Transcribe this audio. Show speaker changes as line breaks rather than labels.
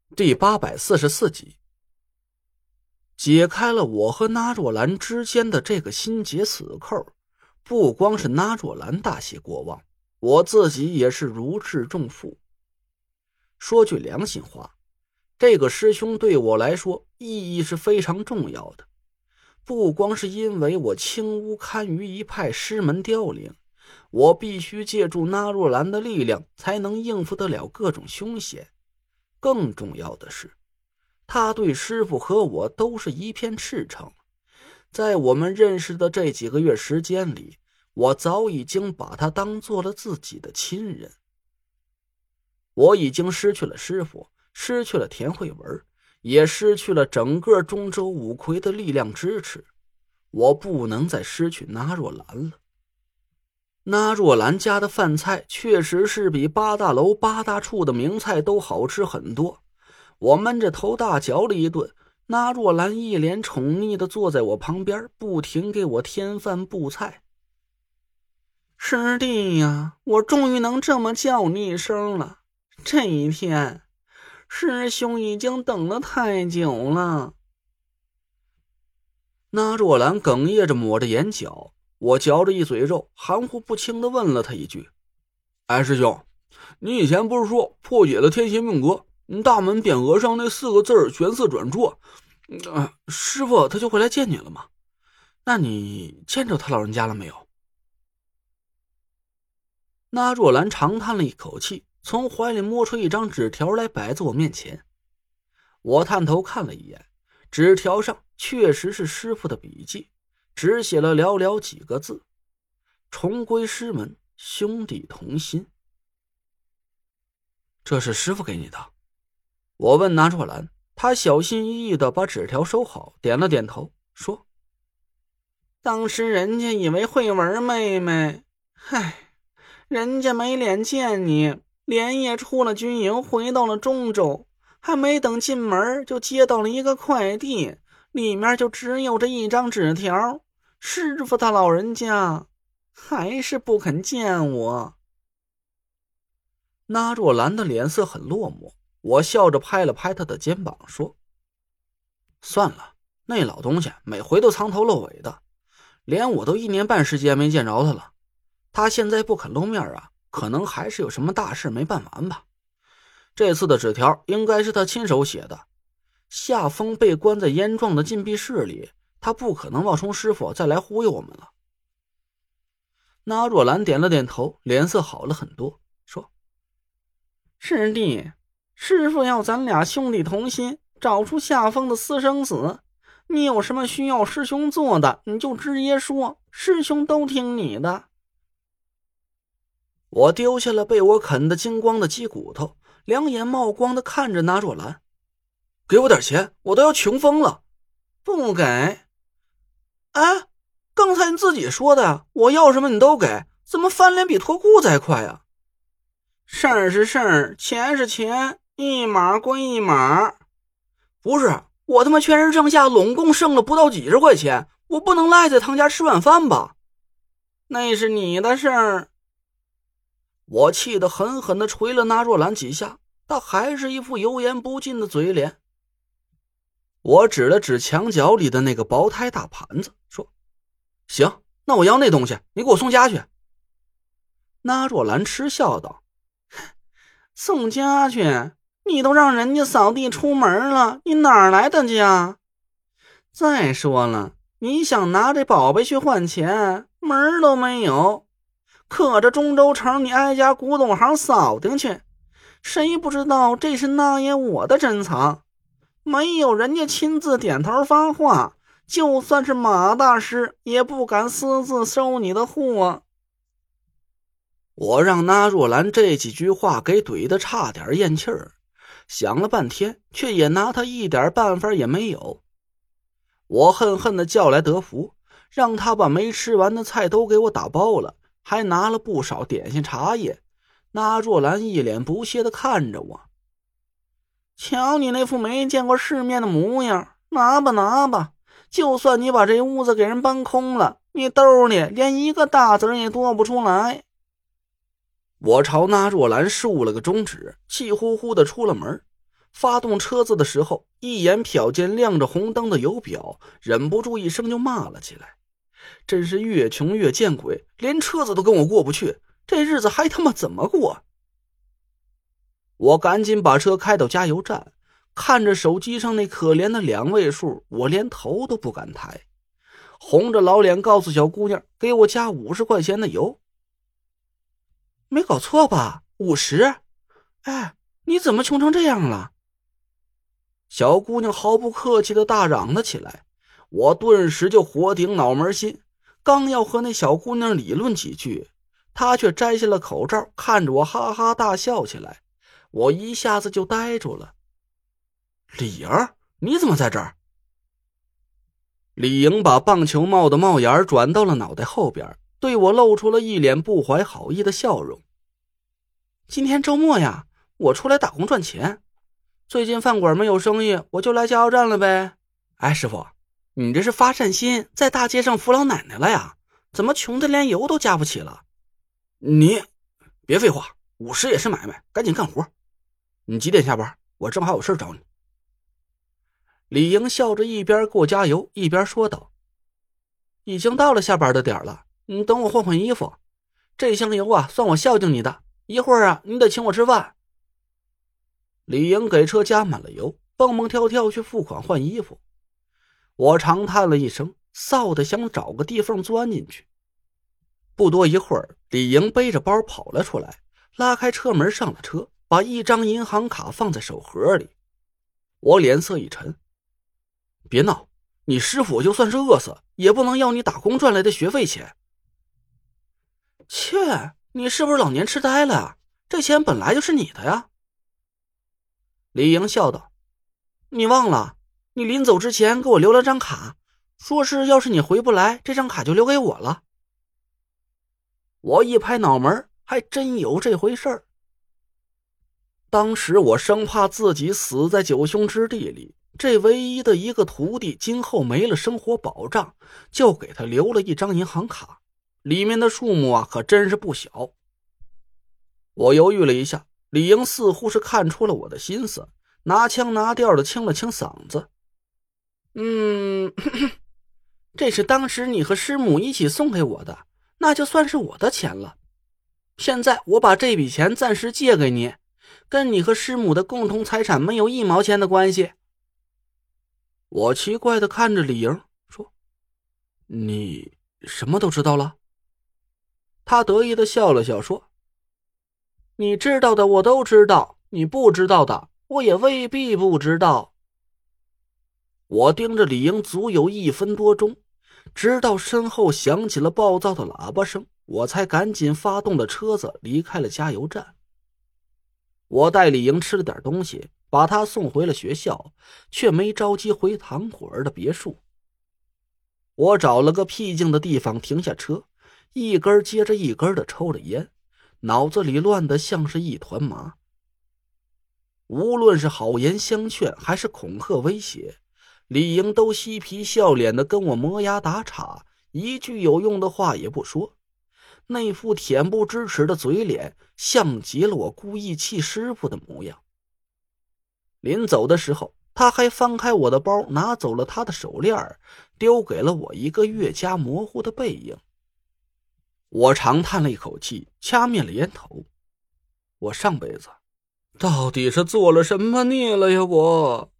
第844集。解开了我和那若兰之间的这个心结死扣，不光是那若兰大喜过望，我自己也是如释重负。说句良心话，这个师兄对我来说意义是非常重要的，不光是因为我青乌堪舆一派师门凋零，我必须借助那若兰的力量才能应付得了各种凶险，更重要的是他对师父和我都是一片赤诚。在我们认识的这几个月时间里，我早已经把他当做了自己的亲人。我已经失去了师父，失去了田慧文，也失去了整个中州五魁的力量支持，我不能再失去那若兰了。那若兰家的饭菜确实是比八大楼八大处的名菜都好吃很多，我闷着头大嚼了一顿，那若兰一脸宠溺地坐在我旁边，不停给我添饭布菜。师弟呀，我终于能这么叫你一声了，这一天师兄已经等了太久了。那若兰哽咽着抹着眼角，我嚼着一嘴肉，含糊不清地问了他一句：哎，师兄，你以前不是说破解了天邪命格，大门匾额上那4个字玄色转注，师父他就会来见你了吗？那你见着他老人家了没有？那若兰长叹了一口气，从怀里摸出一张纸条来摆在我面前。我探头看了一眼，纸条上确实是师父的笔记，只写了寥寥几个字：重归师门，兄弟同心。这是师父给你的？我问那若兰，她小心翼翼地把纸条收好，点了点头，说：当时人家以为慧文妹妹，人家没脸见你，连夜出了军营，回到了中州，还没等进门就接到了一个快递，里面就只有这一张纸条，师父他老人家还是不肯见我。那若兰的脸色很落寞，我笑着拍了拍他的肩膀，说：算了，那老东西每回都藏头露尾的，连我都1年半时间没见着他了。他现在不肯露面啊，可能还是有什么大事没办完吧。这次的纸条应该是他亲手写的。夏风被关在燕庄的禁闭室里，他不可能冒充师父再来忽悠我们了。那若兰点了点头，脸色好了很多，说：师弟，师父要咱俩兄弟同心，找出夏风的私生子，你有什么需要师兄做的，你就直接说，师兄都听你的。我丢下了被我啃得精光的鸡骨头，两眼冒光地看着那若兰：给我点钱，我都要穷疯了。不给。哎，刚才你自己说的呀，我要什么你都给，怎么翻脸比脱裤子还快啊？事儿是事儿，钱是钱，一码归一码。不是，我他妈全身上下拢共剩了不到几十块钱，我不能赖在堂家吃晚饭吧？那是你的事儿。我气得狠狠地捶了那若兰几下，他还是一副油盐不进的嘴脸。我指了指墙角里的那个薄胎大盘子，说：行，那我要那东西，你给我送家去。那若兰嗤笑道：送家去？你都让人家扫地出门了，你哪来的家？再说了，你想拿这宝贝去换钱，门儿都没有。可这中州城你挨家古董行扫进去，谁不知道这是那爷我的珍藏？没有人家亲自点头发话，就算是马大师也不敢私自收你的货。我让那若兰这几句话给怼得差点咽气儿，想了半天却也拿他一点办法也没有。我恨恨地叫来德福，让他把没吃完的菜都给我打包了，还拿了不少点心茶叶。那若兰一脸不屑地看着我：瞧你那副没见过世面的模样，拿吧拿吧，就算你把这屋子给人搬空了，你兜里连一个大子也多不出来。我朝那若兰竖了个中指，气呼呼地出了门。 发动车子的时候，一眼瞟见亮着红灯的油表，忍不住一声就骂了起来。真是越穷越见鬼，连车子都跟我过不去，这日子还他妈怎么过？我赶紧把车开到加油站，看着手机上那可怜的2位数，我连头都不敢抬，红着老脸告诉小姑娘给我加50块钱的油。没搞错吧？50？哎，你怎么穷成这样了？小姑娘毫不客气地大嚷了起来，我顿时就火顶脑门心，刚要和那小姑娘理论几句，她却摘下了口罩，看着我哈哈大笑起来，我一下子就呆住了。李莹，你怎么在这儿？李莹把棒球帽的帽檐转到了脑袋后边，对我露出了一脸不怀好意的笑容。今天周末呀，我出来打工赚钱，最近饭馆没有生意，我就来加油站了呗。哎，师傅，你这是发善心，在大街上扶老奶奶了呀？怎么穷的连油都加不起了？你别废话，50也是买卖，赶紧干活。你几点下班？我正好有事找你。李莹笑着一边给我加油，一边说道：已经到了下班的点了，你等我换换衣服。这箱油啊，算我孝敬你的，一会儿啊，你得请我吃饭。李莹给车加满了油，蹦蹦跳跳去付款换衣服。我长叹了一声，臊得想找个地缝钻进去。不多一会儿，李莹背着包跑了出来，拉开车门上了车，把一张银行卡放在手盒里。我脸色一沉，别闹，你师傅就算是饿死，也不能要你打工赚来的学费钱。切，你是不是老年痴呆了？这钱本来就是你的呀。李莹笑道：你忘了，你临走之前给我留了张卡，说是要是你回不来，这张卡就留给我了。我一拍脑门，还真有这回事儿。当时我生怕自己死在九兄之地里，这唯一的一个徒弟今后没了生活保障，就给他留了一张银行卡，里面的数目啊可真是不小。我犹豫了一下，李莹似乎是看出了我的心思，拿腔拿调的清了清嗓子。这是当时你和师母一起送给我的，那就算是我的钱了。现在我把这笔钱暂时借给你，跟你和师母的共同财产没有1毛钱的关系。我奇怪地看着李莹说：你什么都知道了？他得意地笑了笑说：你知道的我都知道，你不知道的我也未必不知道。我盯着李莹足有1分多钟，直到身后响起了暴躁的喇叭声，我才赶紧发动了车子离开了加油站。我带李莹吃了点东西，把她送回了学校，却没着急回唐果儿的别墅。我找了个僻静的地方停下车，一根接着一根的抽着烟，脑子里乱得像是一团麻。无论是好言相劝还是恐吓威胁，李莹都嬉皮笑脸的跟我磨牙打岔，一句有用的话也不说。那副恬不知耻的嘴脸像极了我故意气师傅的模样。临走的时候，他还翻开我的包，拿走了他的手链，丢给了我一个越加模糊的背影。我长叹了一口气，掐灭了烟头。我上辈子到底是做了什么孽了呀我？